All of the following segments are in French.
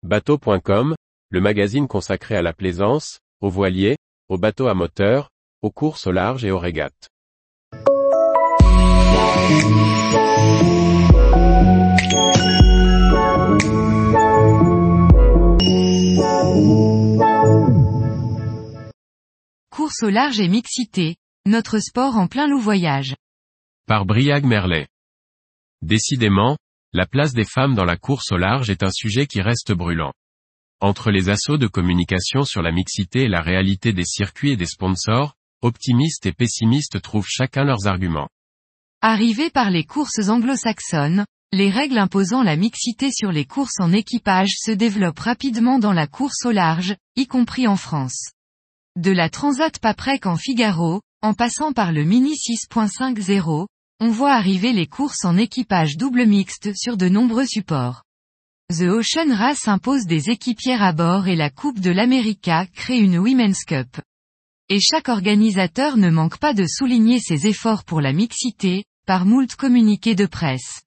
Bateau.com, le magazine consacré à la plaisance, aux voiliers, aux bateaux à moteur, aux courses au large et aux régates. Course au large et mixité, notre sport en plein loup-voyage. Par Briag Merlet. Décidément, la place des femmes dans la course au large est un sujet qui reste brûlant. Entre les assauts de communication sur la mixité et la réalité des circuits et des sponsors, optimistes et pessimistes trouvent chacun leurs arguments. Arrivées par les courses anglo-saxonnes, les règles imposant la mixité sur les courses en équipage se développent rapidement dans la course au large, y compris en France. De la Transat Paprec en Figaro, en passant par le Mini 6.50, on voit arriver les courses en équipage double mixte sur de nombreux supports. The Ocean Race impose des équipières à bord et la Coupe de l'America crée une Women's Cup. Et chaque organisateur ne manque pas de souligner ses efforts pour la mixité, par moult communiqués de presse.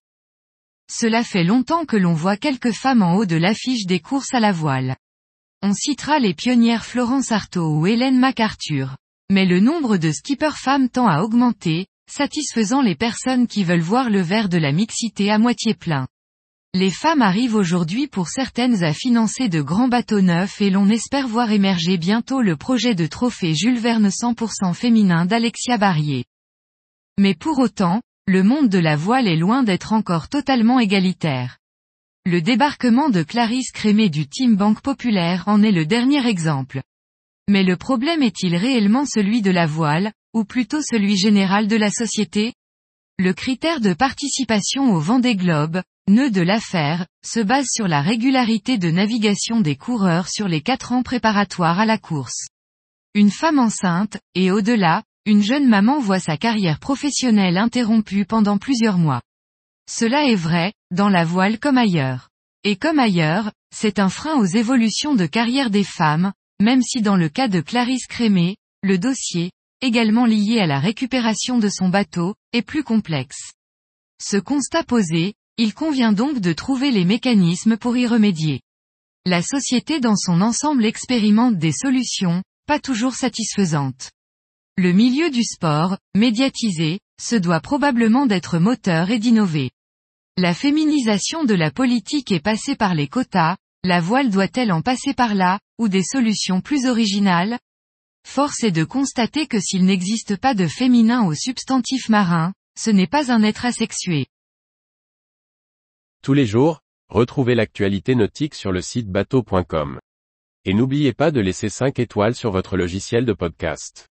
Cela fait longtemps que l'on voit quelques femmes en haut de l'affiche des courses à la voile. On citera les pionnières Florence Artaud ou Hélène MacArthur. Mais le nombre de skippers femmes tend à augmenter, satisfaisant les personnes qui veulent voir le verre de la mixité à moitié plein. Les femmes arrivent aujourd'hui pour certaines à financer de grands bateaux neufs et l'on espère voir émerger bientôt le projet de trophée Jules Verne 100% féminin d'Alexia Barrier. Mais pour autant, le monde de la voile est loin d'être encore totalement égalitaire. Le débarquement de Clarisse Crémé du Team Banque Populaire en est le dernier exemple. Mais le problème est-il réellement celui de la voile, ou plutôt celui général de la société? Le critère de participation au Vendée Globe, nœud de l'affaire, se base sur la régularité de navigation des coureurs sur les 4 ans préparatoires à la course. Une femme enceinte, et au-delà, une jeune maman voit sa carrière professionnelle interrompue pendant plusieurs mois. Cela est vrai, dans la voile comme ailleurs. Et comme ailleurs, c'est un frein aux évolutions de carrière des femmes, même si dans le cas de Clarisse Crémé, le dossier, également lié à la récupération de son bateau, est plus complexe. Ce constat posé, il convient donc de trouver les mécanismes pour y remédier. La société dans son ensemble expérimente des solutions, pas toujours satisfaisantes. Le milieu du sport, médiatisé, se doit probablement d'être moteur et d'innover. La féminisation de la politique est passée par les quotas, la voile doit-elle en passer par là, ou des solutions plus originales? Force est de constater que s'il n'existe pas de féminin au substantif marin, ce n'est pas un être asexué. Tous les jours, retrouvez l'actualité nautique sur le site bateau.com. Et n'oubliez pas de laisser 5 étoiles sur votre logiciel de podcast.